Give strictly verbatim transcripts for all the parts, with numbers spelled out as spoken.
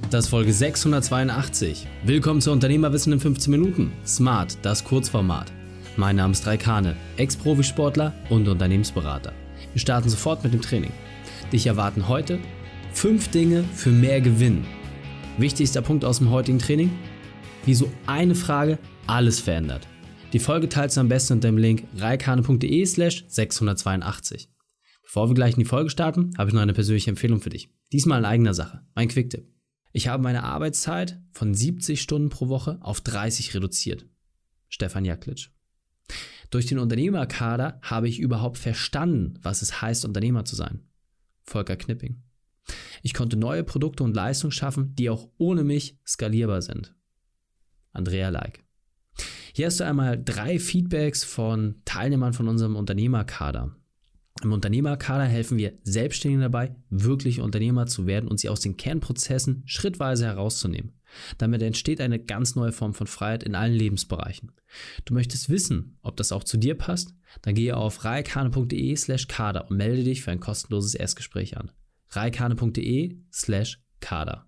Das ist Folge sechshundertzweiundachtzig. Willkommen zu Unternehmerwissen in fünfzehn Minuten. Smart, das Kurzformat. Mein Name ist Raikane, Ex-Profisportler und Unternehmensberater. Wir starten sofort mit dem Training. Dich erwarten heute fünf Dinge für mehr Gewinn. Wichtigster Punkt aus dem heutigen Training: Wieso eine Frage alles verändert. Die Folge teilst du am besten unter dem Link raikane.de slash sechshundertzweiundachtzig. Bevor wir gleich in die Folge starten, habe ich noch eine persönliche Empfehlung für dich. Diesmal in eigener Sache, mein Quick-Tipp. Ich habe meine Arbeitszeit von siebzig Stunden pro Woche auf dreißig reduziert. Stefan Jaklic. Durch den Unternehmerkader habe ich überhaupt verstanden, was es heißt, Unternehmer zu sein. Volker Knipping. Ich konnte neue Produkte und Leistungen schaffen, die auch ohne mich skalierbar sind. Andrea Leik. Hier hast du einmal drei Feedbacks von Teilnehmern von unserem Unternehmerkader. Im Unternehmerkader helfen wir Selbstständigen dabei, wirklich Unternehmer zu werden und sie aus den Kernprozessen schrittweise herauszunehmen. Damit entsteht eine ganz neue Form von Freiheit in allen Lebensbereichen. Du möchtest wissen, ob das auch zu dir passt? Dann gehe auf raikane.de slash kader und melde dich für ein kostenloses Erstgespräch an. raikane.de slash kader.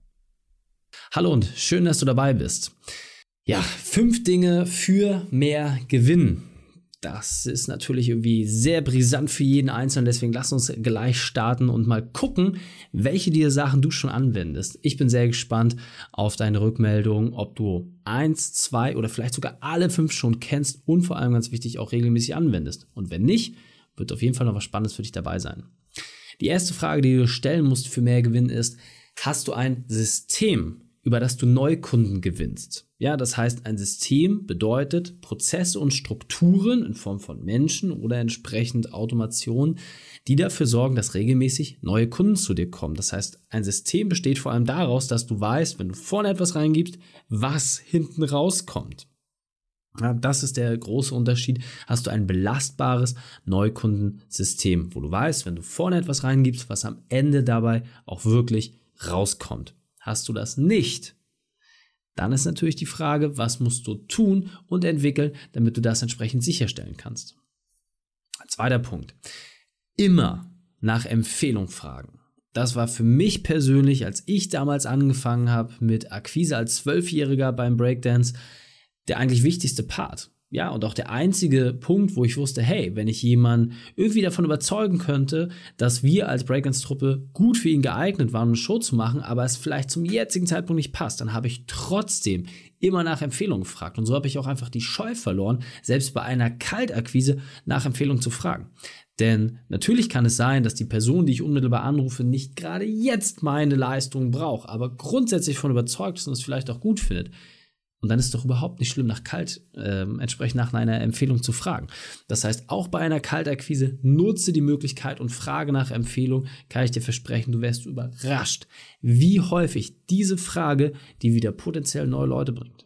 Hallo und schön, dass du dabei bist. Ja, fünf Dinge für mehr Gewinn. Das ist natürlich irgendwie sehr brisant für jeden Einzelnen, deswegen lass uns gleich starten und mal gucken, welche dieser Sachen du schon anwendest. Ich bin sehr gespannt auf deine Rückmeldung, ob du eins, zwei oder vielleicht sogar alle fünf schon kennst und vor allem ganz wichtig auch regelmäßig anwendest. Und wenn nicht, wird auf jeden Fall noch was Spannendes für dich dabei sein. Die erste Frage, die du stellen musst für mehr Gewinn ist: Hast du ein System, über das du Neukunden gewinnst? Ja, das heißt, ein System bedeutet Prozesse und Strukturen in Form von Menschen oder entsprechend Automation, die dafür sorgen, dass regelmäßig neue Kunden zu dir kommen. Das heißt, ein System besteht vor allem daraus, dass du weißt, wenn du vorne etwas reingibst, was hinten rauskommt. Ja, das ist der große Unterschied. Hast du ein belastbares Neukundensystem, wo du weißt, wenn du vorne etwas reingibst, was am Ende dabei auch wirklich rauskommt. Hast du das nicht, dann ist natürlich die Frage, was musst du tun und entwickeln, damit du das entsprechend sicherstellen kannst. Zweiter Punkt: Immer nach Empfehlung fragen. Das war für mich persönlich, als ich damals angefangen habe mit Akquise als Zwölfjähriger beim Breakdance, der eigentlich wichtigste Part. Ja, und auch der einzige Punkt, wo ich wusste, hey, wenn ich jemanden irgendwie davon überzeugen könnte, dass wir als Breakdance-Truppe gut für ihn geeignet waren, um eine Show zu machen, aber es vielleicht zum jetzigen Zeitpunkt nicht passt, dann habe ich trotzdem immer nach Empfehlungen gefragt. Und so habe ich auch einfach die Scheu verloren, selbst bei einer Kaltakquise nach Empfehlungen zu fragen. Denn natürlich kann es sein, dass die Person, die ich unmittelbar anrufe, nicht gerade jetzt meine Leistung braucht, aber grundsätzlich davon überzeugt ist und es vielleicht auch gut findet. Und dann ist es doch überhaupt nicht schlimm, nach kalt äh, entsprechend nach einer Empfehlung zu fragen. Das heißt, auch bei einer Kaltakquise nutze die Möglichkeit und frage nach Empfehlung. Kann ich dir versprechen, du wirst überrascht, wie häufig diese Frage die wieder potenziell neue Leute bringt.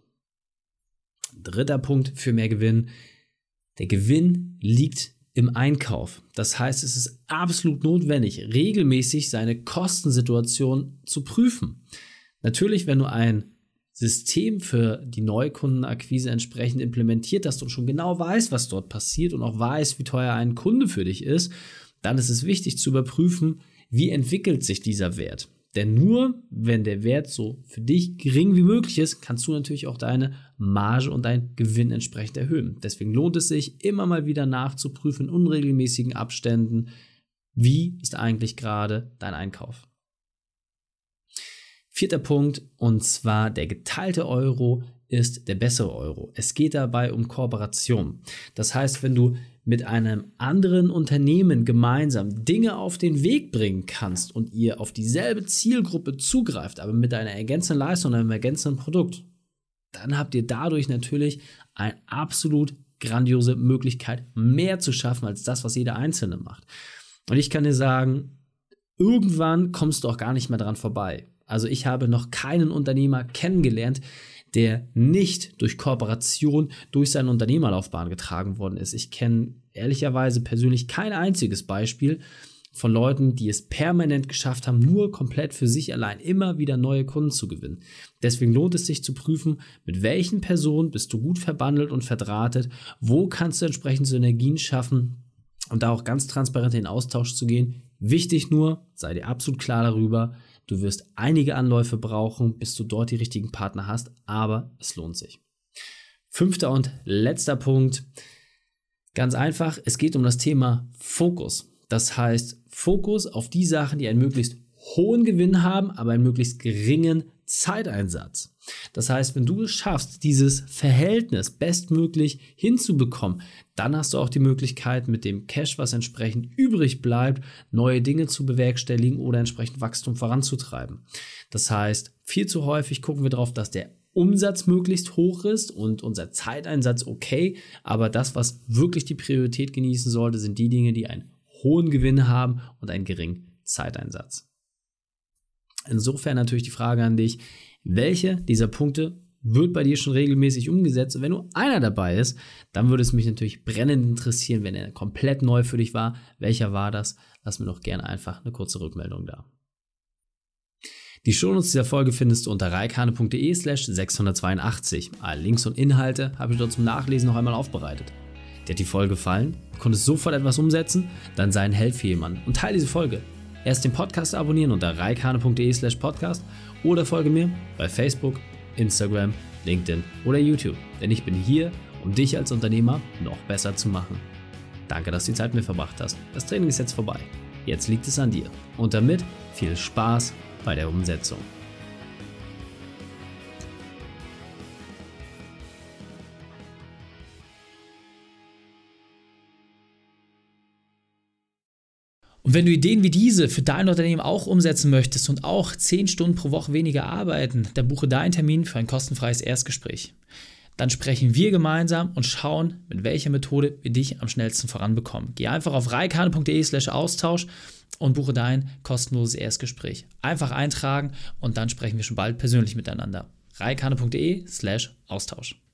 Dritter Punkt für mehr Gewinn: Der Gewinn liegt im Einkauf. Das heißt, es ist absolut notwendig, regelmäßig seine Kostensituation zu prüfen. Natürlich, wenn du ein System für die Neukundenakquise entsprechend implementiert hast und schon genau weißt, was dort passiert und auch weißt, wie teuer ein Kunde für dich ist, dann ist es wichtig zu überprüfen, wie entwickelt sich dieser Wert. Denn nur wenn der Wert so für dich gering wie möglich ist, kannst du natürlich auch deine Marge und deinen Gewinn entsprechend erhöhen. Deswegen lohnt es sich, immer mal wieder nachzuprüfen in unregelmäßigen Abständen, wie ist eigentlich gerade dein Einkauf. Vierter Punkt, und zwar: Der geteilte Euro ist der bessere Euro. Es geht dabei um Kooperation. Das heißt, wenn du mit einem anderen Unternehmen gemeinsam Dinge auf den Weg bringen kannst und ihr auf dieselbe Zielgruppe zugreift, aber mit einer ergänzenden Leistung und einem ergänzenden Produkt, dann habt ihr dadurch natürlich eine absolut grandiose Möglichkeit, mehr zu schaffen als das, was jeder Einzelne macht. Und ich kann dir sagen, irgendwann kommst du auch gar nicht mehr dran vorbei. Also ich habe noch keinen Unternehmer kennengelernt, der nicht durch Kooperation durch seine Unternehmerlaufbahn getragen worden ist. Ich kenne ehrlicherweise persönlich kein einziges Beispiel von Leuten, die es permanent geschafft haben, nur komplett für sich allein immer wieder neue Kunden zu gewinnen. Deswegen lohnt es sich zu prüfen, mit welchen Personen bist du gut verbandelt und verdrahtet, wo kannst du entsprechend Synergien schaffen und da auch ganz transparent in den Austausch zu gehen. Wichtig nur, sei dir absolut klar darüber, Du wirst einige Anläufe brauchen, bis du dort die richtigen Partner hast, aber es lohnt sich. Fünfter und letzter Punkt. Ganz einfach, es geht um das Thema Fokus. Das heißt, Fokus auf die Sachen, die einen möglichst hohen Gewinn haben, aber einen möglichst geringen Zeiteinsatz. Das heißt, wenn du es schaffst, dieses Verhältnis bestmöglich hinzubekommen, dann hast du auch die Möglichkeit, mit dem Cash, was entsprechend übrig bleibt, neue Dinge zu bewerkstelligen oder entsprechend Wachstum voranzutreiben. Das heißt, viel zu häufig gucken wir darauf, dass der Umsatz möglichst hoch ist und unser Zeiteinsatz okay, aber das, was wirklich die Priorität genießen sollte, sind die Dinge, die einen hohen Gewinn haben und einen geringen Zeiteinsatz. Insofern natürlich die Frage an dich, welche dieser Punkte wird bei dir schon regelmäßig umgesetzt? Und wenn nur einer dabei ist, dann würde es mich natürlich brennend interessieren, wenn er komplett neu für dich war. Welcher war das? Lass mir doch gerne einfach eine kurze Rückmeldung da. Die Shownotes dieser Folge findest du unter reikane.de slash sechshundertzweiundachtzig. Alle Links und Inhalte habe ich dort zum Nachlesen noch einmal aufbereitet. Dir hat die Folge gefallen? Du konntest sofort etwas umsetzen? Dann sei ein Held für jemanden und teile diese Folge. Erst den Podcast abonnieren unter reikane.de slash podcast oder folge mir bei Facebook, Instagram, LinkedIn oder YouTube. Denn ich bin hier, um dich als Unternehmer noch besser zu machen. Danke, dass du die Zeit mit mir verbracht hast. Das Training ist jetzt vorbei. Jetzt liegt es an dir. Und damit viel Spaß bei der Umsetzung. Und wenn du Ideen wie diese für dein Unternehmen auch umsetzen möchtest und auch zehn Stunden pro Woche weniger arbeiten, dann buche deinen Termin für ein kostenfreies Erstgespräch. Dann sprechen wir gemeinsam und schauen, mit welcher Methode wir dich am schnellsten voranbekommen. Geh einfach auf reikane.de slash Austausch und buche dein kostenloses Erstgespräch. Einfach eintragen und dann sprechen wir schon bald persönlich miteinander. reikane.de slash Austausch.